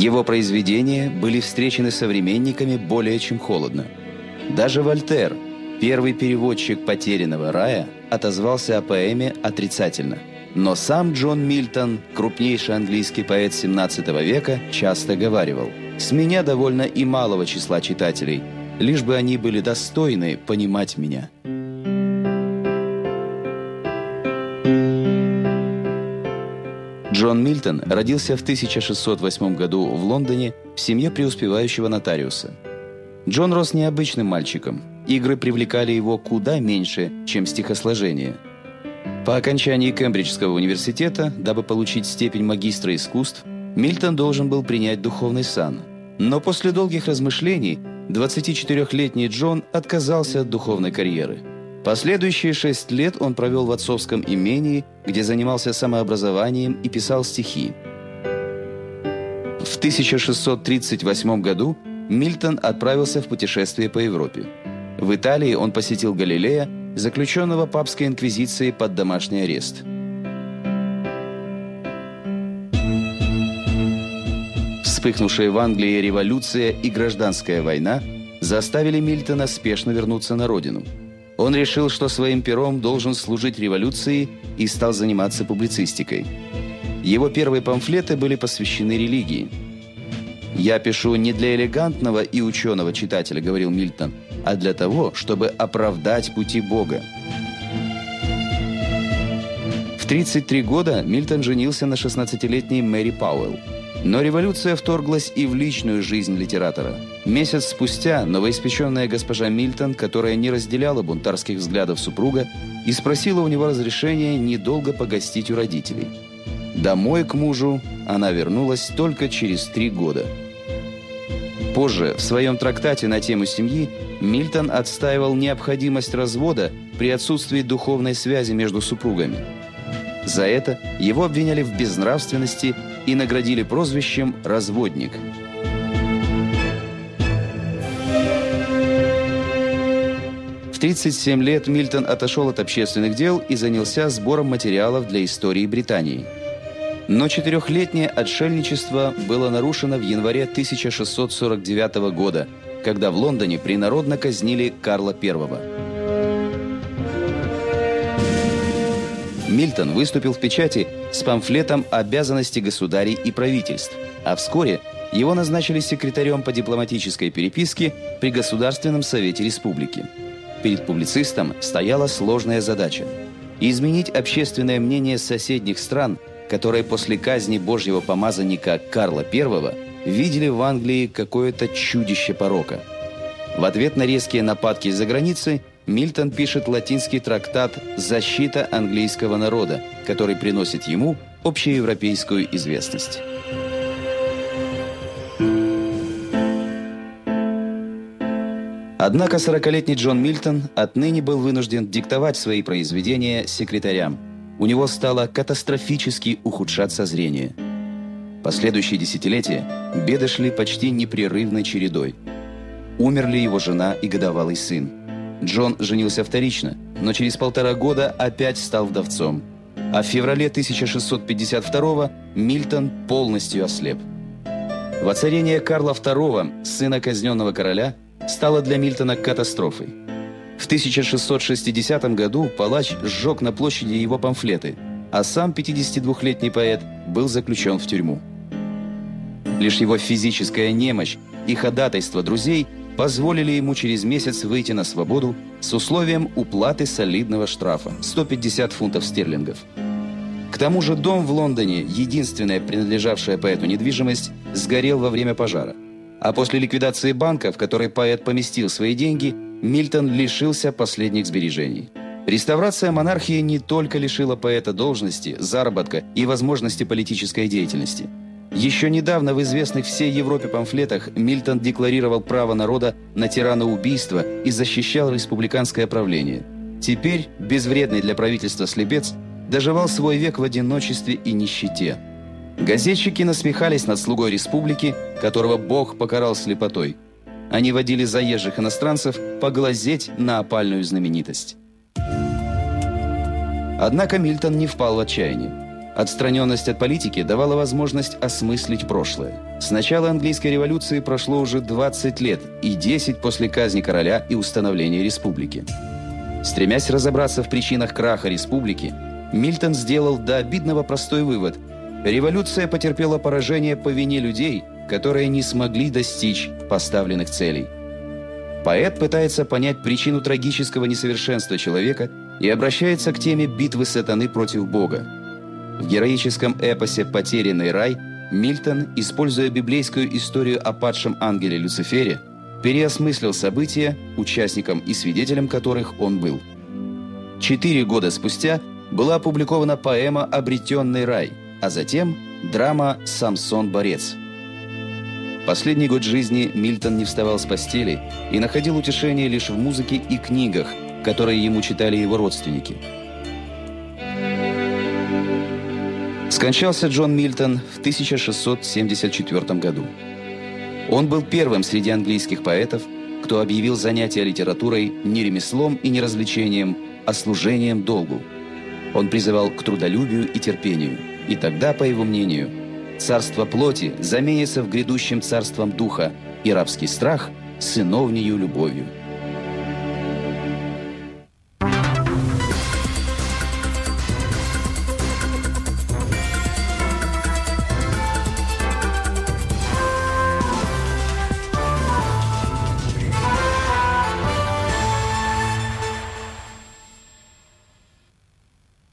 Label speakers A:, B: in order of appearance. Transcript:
A: Его произведения были встречены современниками более чем холодно. Даже Вольтер, первый переводчик «Потерянного рая», отозвался о поэме отрицательно. Но сам Джон Мильтон, крупнейший английский поэт XVII века, часто говаривал: «С меня довольно и малого числа читателей, лишь бы они были достойны понимать меня». Джон Мильтон родился в 1608 году в Лондоне в семье преуспевающего нотариуса. Джон рос необычным мальчиком. Игры привлекали его куда меньше, чем стихосложение. По окончании Кембриджского университета, дабы получить степень магистра искусств, Мильтон должен был принять духовный сан. Но после долгих размышлений 24-летний Джон отказался от духовной карьеры. Последующие 6 лет он провел в отцовском имении, где занимался самообразованием и писал стихи. В 1638 году Мильтон отправился в путешествие по Европе. В Италии он посетил Галилея, заключенного папской инквизицией под домашний арест. Вспыхнувшая в Англии революция и гражданская война заставили Мильтона спешно вернуться на родину. Он решил, что своим пером должен служить революции, и стал заниматься публицистикой. Его первые памфлеты были посвящены религии. «Я пишу не для элегантного и ученого читателя», — говорил Мильтон, «а для того, чтобы оправдать пути Бога». В 33 года Мильтон женился на 16-летней Мэри Пауэлл. Но революция вторглась и в личную жизнь литератора. Месяц спустя новоиспеченная госпожа Мильтон, которая не разделяла бунтарских взглядов супруга, и спросила у него разрешения недолго погостить у родителей. Домой к мужу она вернулась только через 3 года. Позже, в своем трактате на тему семьи, Мильтон отстаивал необходимость развода при отсутствии духовной связи между супругами. За это его обвиняли в безнравственности и наградили прозвищем «разводник». В 37 лет Мильтон отошел от общественных дел и занялся сбором материалов для истории Британии. Но 4-летнее отшельничество было нарушено в январе 1649 года, когда в Лондоне принародно казнили Карла I. Мильтон выступил в печати с памфлетом «Обязанности государей и правительств», а вскоре его назначили секретарем по дипломатической переписке при Государственном совете республики. Перед публицистом стояла сложная задача – изменить общественное мнение соседних стран, которые после казни Божьего помазанника Карла I видели в Англии какое-то чудище порока. В ответ на резкие нападки из-за границы Мильтон пишет латинский трактат «Защита английского народа», который приносит ему общеевропейскую известность. Однако 40-летний Джон Мильтон отныне был вынужден диктовать свои произведения секретарям. У него стало катастрофически ухудшаться зрение. Последующие десятилетия беды шли почти непрерывной чередой. Умерли его жена и годовалый сын. Джон женился вторично, но через 1,5 года опять стал вдовцом. А в феврале 1652 Мильтон полностью ослеп. Воцарение Карла II, сына казненного короля, стало для Мильтона катастрофой. В 1660 году палач сжег на площади его памфлеты, а сам 52-летний поэт был заключен в тюрьму. Лишь его физическая немощь и ходатайство друзей позволили ему через месяц выйти на свободу с условием уплаты солидного штрафа – 150 фунтов стерлингов. К тому же дом в Лондоне, единственная принадлежавшая поэту недвижимость, сгорел во время пожара. А после ликвидации банка, в который поэт поместил свои деньги, Мильтон лишился последних сбережений. Реставрация монархии не только лишила поэта должности, заработка и возможности политической деятельности. Еще недавно в известных всей Европе памфлетах Мильтон декларировал право народа на тираноубийство и защищал республиканское правление. Теперь безвредный для правительства слепец доживал свой век в одиночестве и нищете. Газетчики насмехались над слугой республики, которого Бог покарал слепотой. Они водили заезжих иностранцев поглазеть на опальную знаменитость. Однако Мильтон не впал в отчаяние. Отстраненность от политики давала возможность осмыслить прошлое. С начала английской революции прошло уже 20 лет и 10 после казни короля и установления республики. Стремясь разобраться в причинах краха республики, Мильтон сделал до обидного простой вывод: революция потерпела поражение по вине людей, которые не смогли достичь поставленных целей. Поэт пытается понять причину трагического несовершенства человека и обращается к теме битвы сатаны против Бога. В героическом эпосе «Потерянный рай» Мильтон, используя библейскую историю о падшем ангеле Люцифере, переосмыслил события, участником и свидетелем которых он был. 4 года спустя была опубликована поэма «Обретенный рай», а затем драма «Самсон-борец». Последний год жизни Мильтон не вставал с постели и находил утешение лишь в музыке и книгах, которые ему читали его родственники. Скончался Джон Мильтон в 1674 году. Он был первым среди английских поэтов, кто объявил занятие литературой не ремеслом и не развлечением, а служением долгу. Он призывал к трудолюбию и терпению, и тогда, по его мнению, царство плоти заменится в грядущем царством духа, и рабский страх – сыновнею любовью.